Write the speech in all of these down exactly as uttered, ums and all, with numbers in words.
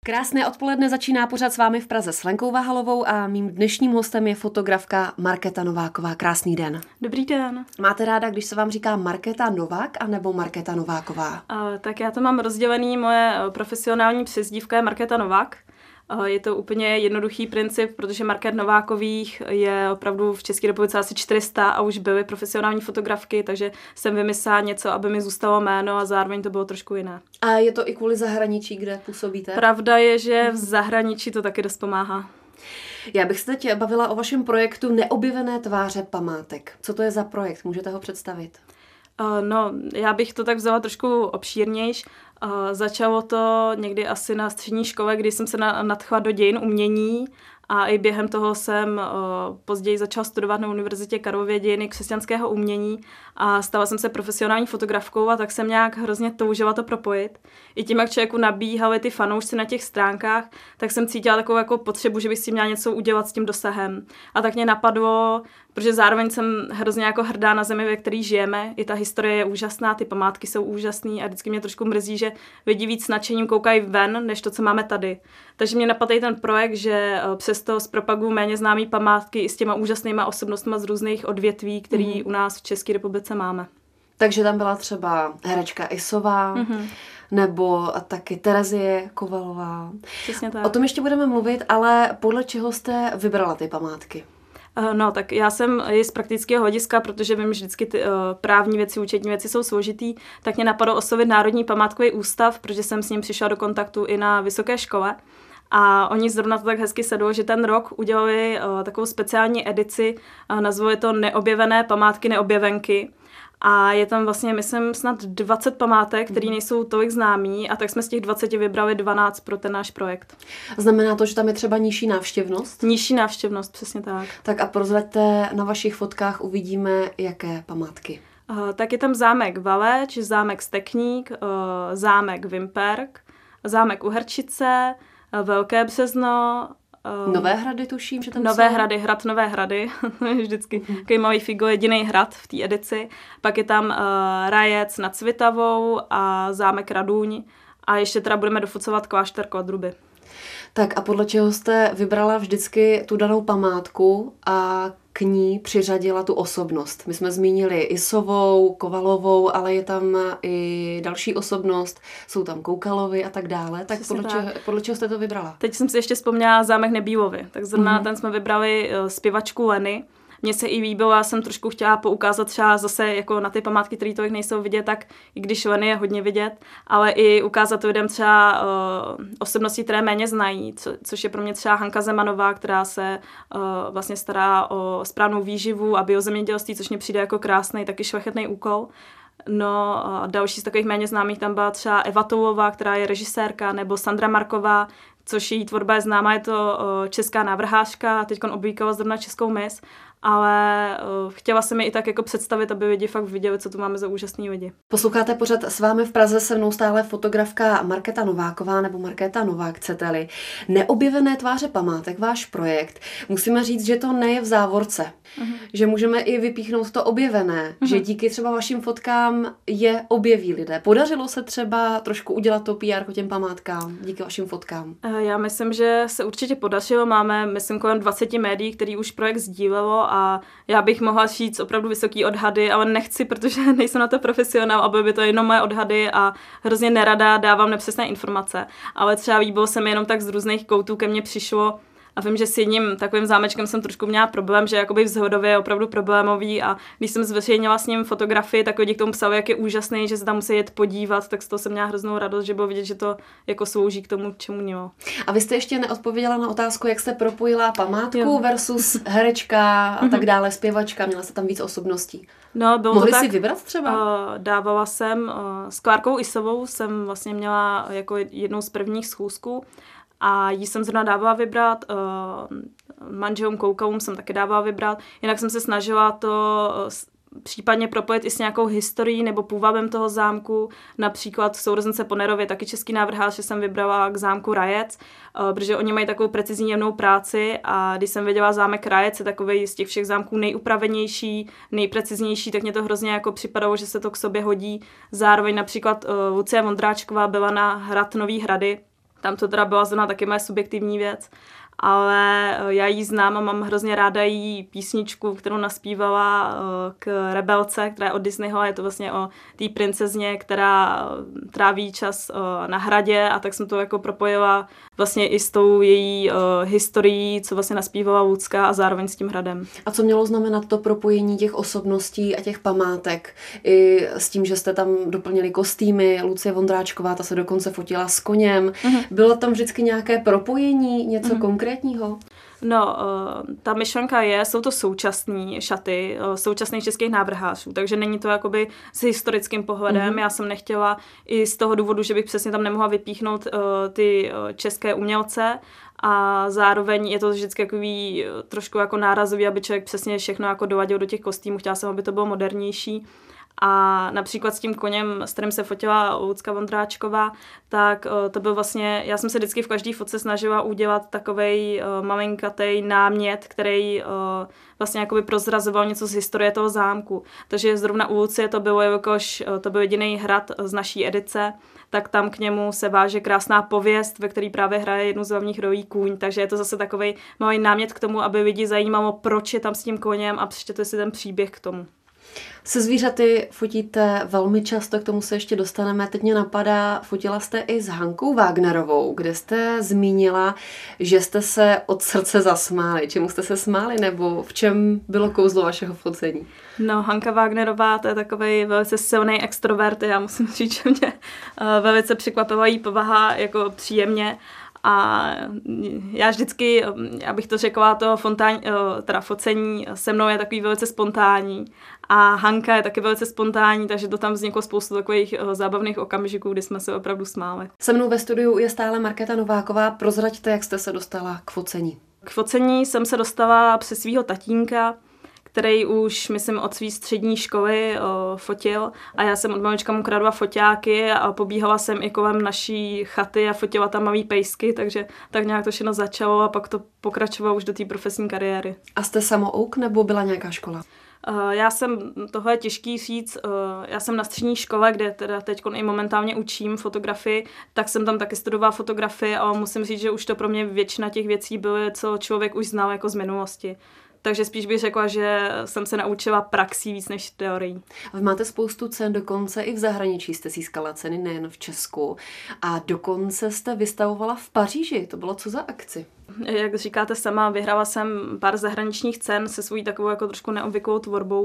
Krásné odpoledne začíná pořad s vámi v Praze s Lenkou Vahalovou a mým dnešním hostem je fotografka Markéta Nováková. Krásný den. Dobrý den. Máte ráda, když se vám říká Markéta Novák anebo Markéta Nováková? Uh, tak já to mám rozdělený, moje profesionální přezdívka je Markéta Novák. Uh, je to úplně jednoduchý princip, protože Markét Novákových je opravdu v České republice asi čtyři sta a už byly profesionální fotografky, takže jsem vymyslela něco, aby mi zůstalo jméno a zároveň to bylo trošku jiné. A je to i kvůli zahraničí, kde působíte? Pravda je, že v zahraničí to taky dost pomáhá. Já bych se teď bavila o vašem projektu Neobjevené tváře památek. Co to je za projekt? Můžete ho představit? Uh, no, já bych to tak vzala trošku obšírnějš. Uh, začalo to někdy asi na střední škole, kdy jsem se na, nadchla do dějin umění a i během toho jsem uh, později začala studovat na Univerzitě Karlově dějiny křesťanského umění a stala jsem se profesionální fotografkou a tak jsem nějak hrozně toužila to propojit. I tím, jak člověku nabíhali ty fanoušci na těch stránkách, tak jsem cítila takovou jako potřebu, že bych si měla něco udělat s tím dosahem. A tak mě napadlo, protože zároveň jsem hrozně jako hrdá na zemi, ve které žijeme. I ta historie je úžasná, ty památky jsou úžasné a vždycky mě trošku mrzí, že lidi víc nadšením koukají ven, než to, co máme tady. Takže mě napadl ten projekt, že přesto zpropaguju méně známý památky i s těma úžasnýma osobnostmi z různých odvětví, které mm. u nás v České republice máme. Takže tam byla třeba herečka Isová, mm-hmm. nebo taky Terezie Kovalová. Přesně tak. O tom ještě budeme mluvit, ale podle čeho jste vybrala ty památky? No, tak já jsem i z praktického hlediska, protože vím, že vždycky ty uh, právní věci, účetní věci jsou složitý, tak mě napadlo oslovit Národní památkový ústav, protože jsem s ním přišla do kontaktu i na vysoké škole. A oni zrovna to tak hezky sedlo, že ten rok udělali uh, takovou speciální edici, uh, nazvali to Neobjevené památky, neobjevenky. A je tam vlastně, myslím, snad dvacet památek, které nejsou tolik známý a tak jsme z těch dvaceti vybrali dvanáct pro ten náš projekt. Znamená to, že tam je třeba nižší návštěvnost? Nižší návštěvnost, přesně tak. Tak a prozraďte, na vašich fotkách uvidíme, jaké památky. Uh, tak je tam zámek Valeč, zámek Stekník, uh, zámek Vimperk, zámek Uherčice, uh, Velké Březno, Uh, Nové Hrady tuším, že tam Nové jsou. Hrady, hrad Nové Hrady, vždycky mm. takový malý figo, jediný hrad v té edici. Pak je tam uh, Rajec nad Svitavou a zámek Radůň a ještě teda budeme dofucovat klášter Kladruby. Tak a podle čeho jste vybrala vždycky tu danou památku a k ní přiřadila tu osobnost? My jsme zmínili Isovou, Kovalovou, ale je tam i další osobnost, jsou tam Koukalovi a tak dále. Tak podle, tak. Čeho, podle čeho jste to vybrala? Teď jsem si ještě vzpomněla zámek Nebýlovy, tak zrovna mm-hmm. ten jsme vybrali uh, zpěvačku Leny. Mně se i líbilo, já jsem trošku chtěla poukázat třeba zase jako na ty památky, které tolik nejsou vidět, tak i když Leny je hodně vidět, ale i ukázat lidem třeba uh, osobnosti, které méně znají, co, což je pro mě třeba Hanka Zemanová, která se uh, vlastně stará o správnou výživu a biozemědělství, což mě přijde jako krásný, taky šlechetný úkol. No a další z takových méně známých tam byla třeba Eva Toulová, která je režisérka, nebo Sandra Marková, což její tvorba je známá, je to uh, česká návrhářka, teď obvykala zrovna českou miss, ale uh, chtěla jsem mi i tak jako představit, aby lidi fakt viděli, co tu máme za úžasný lidi. Posloucháte pořad s vámi v Praze, se mnou stále fotografka Markéta Nováková nebo Markéta Novák, chcete-li. Neobjevené tváře památek, váš projekt. Musíme říct, že to neje v závorce. Uh-huh. Že můžeme i vypíchnout to objevené. Uh-huh. Že díky třeba vašim fotkám je objeví lidé. Podařilo se třeba trošku udělat to P R těm památkám díky vašim fotkám? Uh, já myslím, že se určitě podařilo. Máme, myslím, kolem dvacet médií, který už projekt sdílelo a já bych mohla říct opravdu vysoký odhady, ale nechci, protože nejsem na to profesionál, aby by to jenom moje odhady a hrozně nerada dávám nepřesné informace. Ale třeba líbilo se mi jenom tak z různých koutů ke mně přišlo a vím, že s jedním takovým zámečkem jsem trošku měla problém, že jakoby vzhledově je opravdu problémový a když jsem zveřejnila s ním fotografii, tak lidi k tomu psali, jak je úžasný, že se tam musí jet podívat, tak z toho jsem měla hroznou radost, že bylo vidět, že to jako slouží k tomu, čemu mělo. A vy jste ještě neodpověděla na otázku, jak jste propojila památku jo. versus herečka a tak dále, zpěvačka, měla jste tam víc osobností. No, bylo Mohli to tak, si vybrat třeba? Uh, dávala jsem, uh, s Klárkou Isovou jsem vlastně měla jako jednou z prvních schůzků a jí jsem zrovna dávala vybrat, uh, manželům Koukalům jsem taky dávala vybrat, jinak jsem se snažila to uh, případně propojit i s nějakou historií nebo půvabem toho zámku, například sourozence Ponerově, taky český návrhář, že jsem vybrala k zámku Rajec, uh, protože oni mají takovou precizní jemnou práci a když jsem věděla zámek Rajec je takovej z těch všech zámků nejupravenější, nejpreciznější, tak mě to hrozně jako připadalo, že se to k sobě hodí. Zároveň například uh, Lucie Vondráčková byla na hrad Nový Hrady, Tam to teda byla zrovna taky moje subjektivní věc. Ale já jí znám a mám hrozně ráda její písničku, kterou naspívala k Rebelce, která je od Disneyho a je to vlastně o té princezně, která tráví čas na hradě a tak jsem to jako propojila vlastně i s tou její historií, co vlastně naspívala Lucka a zároveň s tím hradem. A co mělo znamenat to propojení těch osobností a těch památek? I s tím, že jste tam doplnili kostýmy, Lucie Vondráčková, ta se dokonce fotila s koněm. Uh-huh. Bylo tam vždycky nějaké propojení, něco uh-huh. konkrétního? No, ta myšlenka je, jsou to současné šaty, současných českých návrhářů, takže není to jakoby s historickým pohledem. Mm-hmm. Já jsem nechtěla i z toho důvodu, že bych přesně tam nemohla vypíchnout uh, ty uh, české umělce a zároveň je to vždycky takový uh, trošku jako nárazový, aby člověk přesně všechno jako doladil do těch kostýmů. Chtěla jsem, aby to bylo modernější. A například s tím koněm, s kterým se fotila Lucka Vondráčková, tak uh, to byl vlastně, já jsem se vždycky v každé fotce snažila udělat takovej uh, malinkatej námět, který uh, vlastně jakoby prozrazoval něco z historie toho zámku. Takže zrovna u Lucie to bylo, jakož uh, to byl jediný hrad z naší edice, tak tam k němu se váže krásná pověst, ve který právě hraje jednu z hlavních rolí kůň, takže je to zase takovej malý námět k tomu, aby lidi zajímalo, proč je tam s tím koněm a přečtěte si ten příběh k tomu. Se zvířaty fotíte velmi často, k tomu se ještě dostaneme. Teď mě napadá, fotila jste i s Hankou Wagnerovou, kde jste zmínila, že jste se od srdce zasmáli. Čemu jste se smáli, nebo v čem bylo kouzlo vašeho focení? No, Hanka Wagnerová, to je takovej velice silný extrovert. Já musím říct, že mě uh, velice překvapila jí povaha jako příjemně. A já vždycky, abych to řekla, to fontán, teda focení se mnou je takový velice spontánní. A Hanka je taky velice spontánní, takže to tam vzniklo spoustu takových zábavných okamžiků, kdy jsme se opravdu smáli. Se mnou ve studiu je stále Markéta Nováková. Prozraďte, jak jste se dostala k focení. K focení jsem se dostala přes svého tatínka, který už, myslím, od své střední školy o, fotil a já jsem od malička mu kradla foťáky a pobíhala jsem i kolem naší chaty a fotila tam malý pejsky, takže tak nějak to všechno začalo a pak to pokračovalo už do té profesní kariéry. A jste samouk nebo byla nějaká škola? Uh, já jsem, tohle je těžký říct, uh, já jsem na střední škole, kde teda teď i momentálně učím fotografii, tak jsem tam taky studovala fotografii a musím říct, že už to pro mě většina těch věcí byly, co člověk už znal jako z minulosti. Takže spíš bych řekla, že jsem se naučila praxí víc než teorií. Vy máte spoustu cen, dokonce i v zahraničí jste získala ceny, nejen v Česku. A dokonce jste vystavovala v Paříži. To bylo co za akci? Jak říkáte sama, vyhrála jsem pár zahraničních cen se svojí takovou jako trošku neobvyklou tvorbou.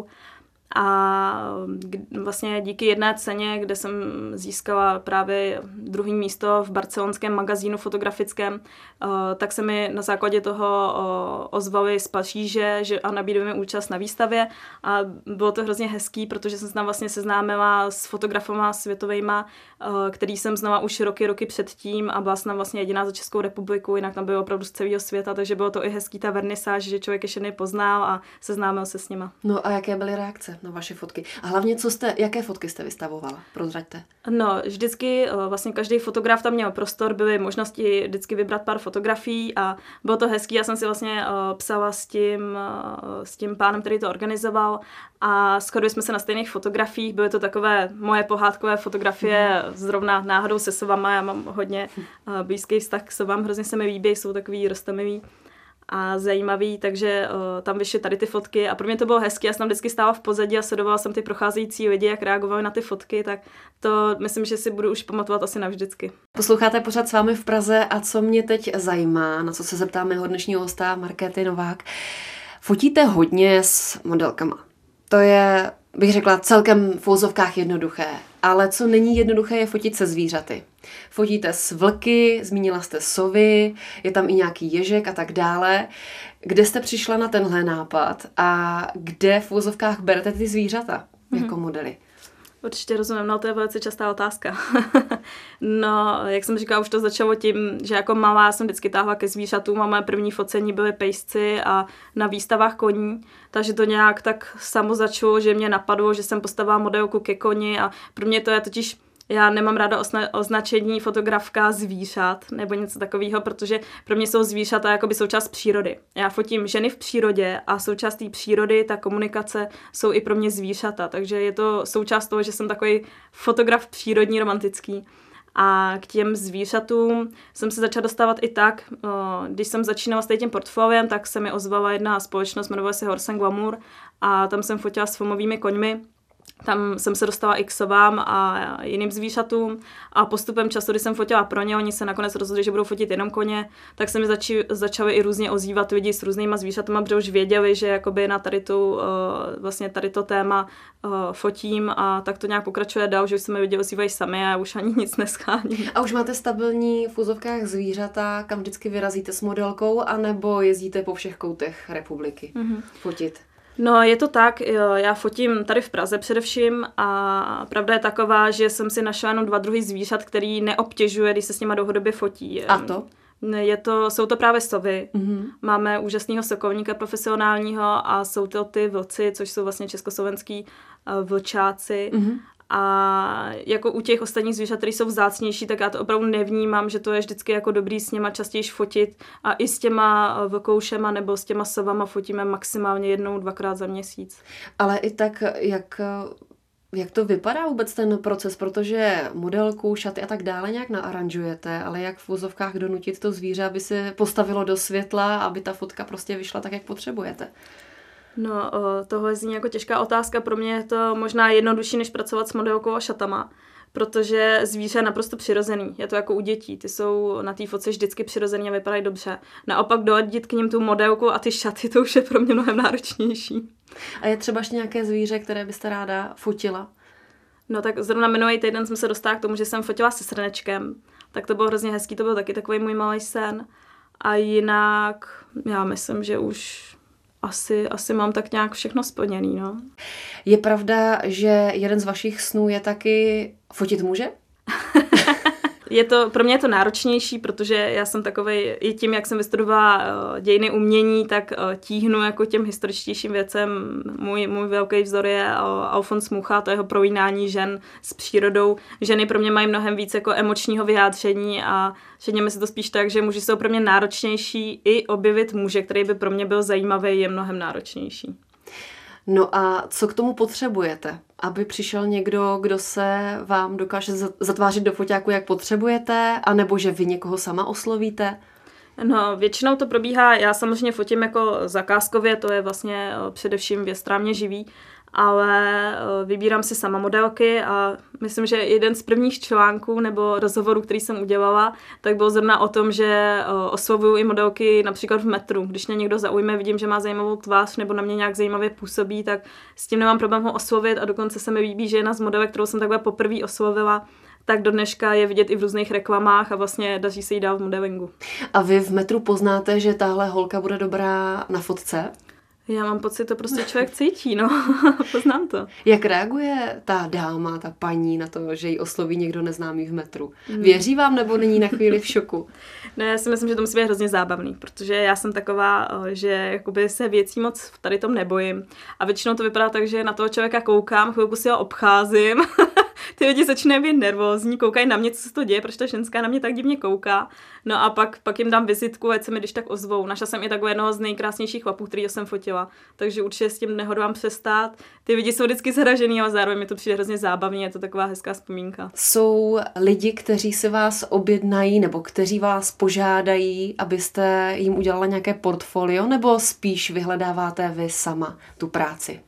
A vlastně díky jedné ceně, kde jsem získala právě druhé místo v barcelonském magazínu fotografickém, tak se mi na základě toho ozvali z Paříže že a nabídli mi účast na výstavě a bylo to hrozně hezký, protože jsem se tam vlastně seznámila s fotografama světovejma, který jsem znala už roky, roky předtím a byla jsem tam vlastně jediná za Českou republiku, jinak tam bylo opravdu z celého světa, takže bylo to i hezký ta vernisáž, že člověk ještě nepoznal a seznámil se s nima. No a jaké byly reakce na vaše fotky? A hlavně, co jste, jaké fotky jste vystavovala? Prozraďte. No, vždycky vlastně každý fotograf tam měl prostor, byly možnosti vždycky vybrat pár fotografií a bylo to hezký. Já jsem si vlastně psala s tím, s tím pánem, který to organizoval a shodli jsme se na stejných fotografiích. Byly to takové moje pohádkové fotografie, mm. zrovna náhodou se sovama. Já mám hodně blízký vztah k sovám, hrozně se mi líbí, jsou takový roztomilý a zajímavý, takže uh, tam vyšly tady ty fotky a pro mě to bylo hezky, já jsem tam vždycky stála v pozadí a sledovala jsem ty procházející lidi, jak reagovali na ty fotky, tak to myslím, že si budu už pamatovat asi navždycky. Posloucháte pořád s vámi v Praze a co mě teď zajímá, na co se zeptáme mého dnešního hosta Markéty Novák, fotíte hodně s modelkama. To je, bych řekla, celkem v úzovkách jednoduché, ale co není jednoduché, je fotit se zvířaty. Fotíte s vlky, zmínila jste sovy, je tam i nějaký ježek a tak dále. Kde jste přišla na tenhle nápad a kde v úzovkách berete ty zvířata mm-hmm. jako modely? Určitě rozumím, no to je velice častá otázka. No, jak jsem říkala, už to začalo tím, že jako malá jsem vždycky táhla ke zvířatům a moje první focení byly pejsci a na výstavách koní, takže to nějak tak samo začalo, že mě napadlo, že jsem postavila modelku ke koni a pro mě to je totiž já nemám ráda osna- označení fotografka zvířat nebo něco takového, protože pro mě jsou zvířata jakoby součást přírody. Já fotím ženy v přírodě a součást té přírody, ta komunikace jsou i pro mě zvířata, takže je to součást toho, že jsem takový fotograf přírodní, romantický. A k těm zvířatům jsem se začala dostávat i tak, když jsem začínala s tím portfoliem, tak se mi ozvala jedna společnost, jmenovala se Horse and Glamour a tam jsem fotila s foamovými koňmi. Tam jsem se dostala i k sovám a jiným zvířatům a postupem času, když jsem fotila pro ně, oni se nakonec rozhodli, že budou fotit jenom koně, tak se mi zači, začaly i různě ozývat lidi s různýma zvířatama, protože už věděli, že jakoby na tady, tu, uh, vlastně tady to téma uh, fotím a tak to nějak pokračuje dál, že už se mi lidi ozývají sami a já už ani nic nescháním. A už máte stabilní v úzovkách zvířata, kam vždycky vyrazíte s modelkou, anebo jezdíte po všech koutech republiky mm-hmm. fotit? No, je to tak, já fotím tady v Praze především a pravda je taková, že jsem si našla jenom dva druhy zvířat, který neobtěžuje, když se s nima dlouhodobě fotí. A to? Je to, jsou to právě sovy. Mm-hmm. Máme úžasného sokolníka profesionálního a jsou to ty vlci, což jsou vlastně československý vlčáci. Mm-hmm. A jako u těch ostatních zvířat, které jsou vzácnější, tak já to opravdu nevnímám, že to je vždycky jako dobrý s něma častěji fotit a i s těma vlkoušema nebo s těma sovama fotíme maximálně jednou, dvakrát za měsíc. Ale i tak, jak, jak to vypadá vůbec ten proces, protože modelku, šaty a tak dále nějak naaranžujete, ale jak v vozovkách donutit to zvíře, aby se postavilo do světla, aby ta fotka prostě vyšla tak, jak potřebujete? No, tohle zní jako těžká otázka. Pro mě je to možná jednodušší, než pracovat s modelkou a šatama, protože zvíře je naprosto přirozený. Je to jako u dětí. Ty jsou na té fotce vždycky přirozený a vypadají dobře. Naopak doladit k ním tu modelku a ty šaty, to už je pro mě mnohem náročnější. A je třeba ještě nějaké zvíře, které byste ráda fotila? No tak zrovna minulý týden jsem se dostala k tomu, že jsem fotila se srnečkem. Tak to bylo hrozně hezký, to byl taky takový můj malý sen. A jinak já myslím, že už... Asi, asi mám tak nějak všechno splněný, no. Je pravda, že jeden z vašich snů je taky fotit muže? Je to, pro mě je to náročnější, protože já jsem takovej, i tím, jak jsem vystudovala dějiny umění, tak tíhnu jako těm historičtějším věcem. Můj, můj velký vzor je Alfons Mucha, to jeho prolínání žen s přírodou. Ženy pro mě mají mnohem víc jako emočního vyjádření a řekněme si to spíš tak, že muži jsou pro mě náročnější, i objevit muže, který by pro mě byl zajímavý, je mnohem náročnější. No a co k tomu potřebujete? Aby přišel někdo, kdo se vám dokáže zatvářit do foťáku, jak potřebujete, anebo že vy někoho sama oslovíte? No, většinou to probíhá, já samozřejmě fotím jako zakázkově, to je vlastně především věc, která mě živí, ale vybírám si sama modelky a myslím, že jeden z prvních článků nebo rozhovorů, který jsem udělala, tak byl zrovna o tom, že oslovuju i modelky například v metru. Když mě někdo zaujme, vidím, že má zajímavou tvář nebo na mě nějak zajímavě působí, tak s tím nemám problém ho oslovit a dokonce se mi líbí, že jedna z modelek, kterou jsem takhle poprvé oslovila, tak do dneška je vidět i v různých reklamách a vlastně daří se jí dál v modelingu. A vy v metru poznáte, že tahle holka bude dobrá na fotce? Já mám pocit, to prostě člověk cítí, no. Poznám to. Jak reaguje ta dáma, ta paní na to, že ji osloví někdo neznámý v metru? Věří vám nebo není na chvíli v šoku? Ne, já si myslím, že to musí být hrozně zábavný, protože já jsem taková, že jakoby se věcí moc tady tom nebojím. A většinou to vypadá tak, že na toho člověka koukám, chvilku si ho obcházím, ty lidi začínají být nervózní, koukají na mě, co se to děje, protože ta ženská na mě tak divně kouká. No a pak, pak jim dám vizitku, ať se mi když tak ozvou. Našla jsem i takového jednoho z nejkrásnějších chlapů, kterýho jsem fotila. Takže určitě s tím nehodlám přestát. Ty lidi jsou vždycky zhražený, ale zároveň mi to přijde hrozně zábavný, je to taková hezká vzpomínka. Jsou lidi, kteří si vás objednají nebo kteří vás požádají, abyste jim udělala nějaké portfolio, nebo spíš vyhledáváte vy sama tu práci?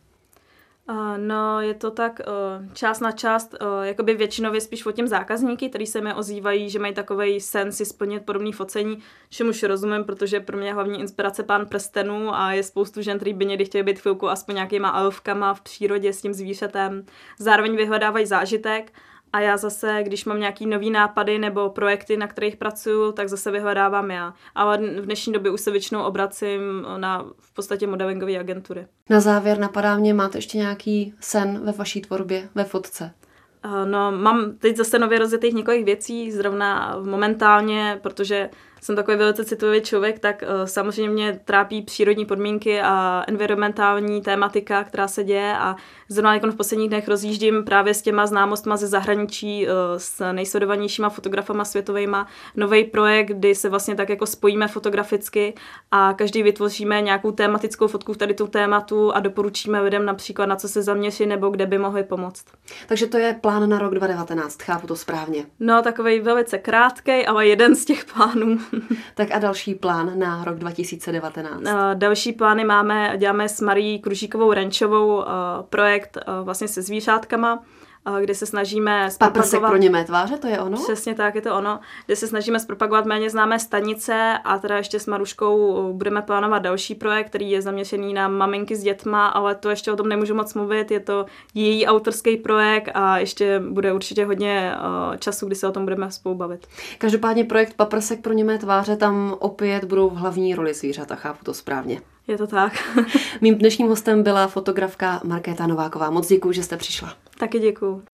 Uh, no, je to tak uh, část na část, uh, jakoby většinově spíš fotím zákazníky, kteří se mi ozývají, že mají takovej sen si splnit podobný focení, čemuž rozumím, protože pro mě hlavní inspirace Pán prstenů a je spoustu žen, který by někdy chtěli být chvilku aspoň nějakýma elfkama v přírodě s tím zvířetem. Zároveň vyhledávají zážitek. A já zase, když mám nějaký nový nápady nebo projekty, na kterých pracuju, tak zase vyhledávám já. Ale v dnešní době už se většinou obracím na v podstatě modelingové agentury. Na závěr napadá mě, máte ještě nějaký sen ve vaší tvorbě, ve fotce? No, mám teď zase nově rozjetých několik věcí, zrovna momentálně, protože jsem takový velice citlivý člověk, tak uh, samozřejmě mě trápí přírodní podmínky a environmentální tématika, která se děje a zrovna jako v posledních dnech rozjíždím právě s těma známostma ze zahraničí, uh, s nejsledovanějšíma fotografama světovejma, nový projekt, kdy se vlastně tak jako spojíme fotograficky a každý vytvoříme nějakou tématickou fotku v tady tu tématu a doporučíme lidem například na co se zaměřit nebo kde by mohli pomoct. Takže to je plán na rok dva tisíce devatenáct, chápu to správně. No, takovej velice krátkej, ale jeden z těch plánů. Tak a další plán na rok dva tisíce devatenáct? Uh, další plány máme, děláme s Marí Kružíkovou Renčovou uh, projekt uh, vlastně se zvířátkama, kde se snažíme zpropagovat... Paprsek pro němé tváře, to je ono? Přesně tak, je to ono. Kde se snažíme zpropagovat méně známé stanice a teda ještě s Maruškou budeme plánovat další projekt, který je zaměřený na maminky s dětma, ale to ještě o tom nemůžu moc mluvit, je to její autorský projekt a ještě bude určitě hodně času, kdy se o tom budeme spolu bavit. Každopádně projekt Paprsek pro němé tváře, tam opět budou v hlavní roli zvířata, chápu to správně. Je to tak. Mým dnešním hostem byla fotografka Markéta Nováková. Moc děkuju, že jste přišla. Taky děkuju.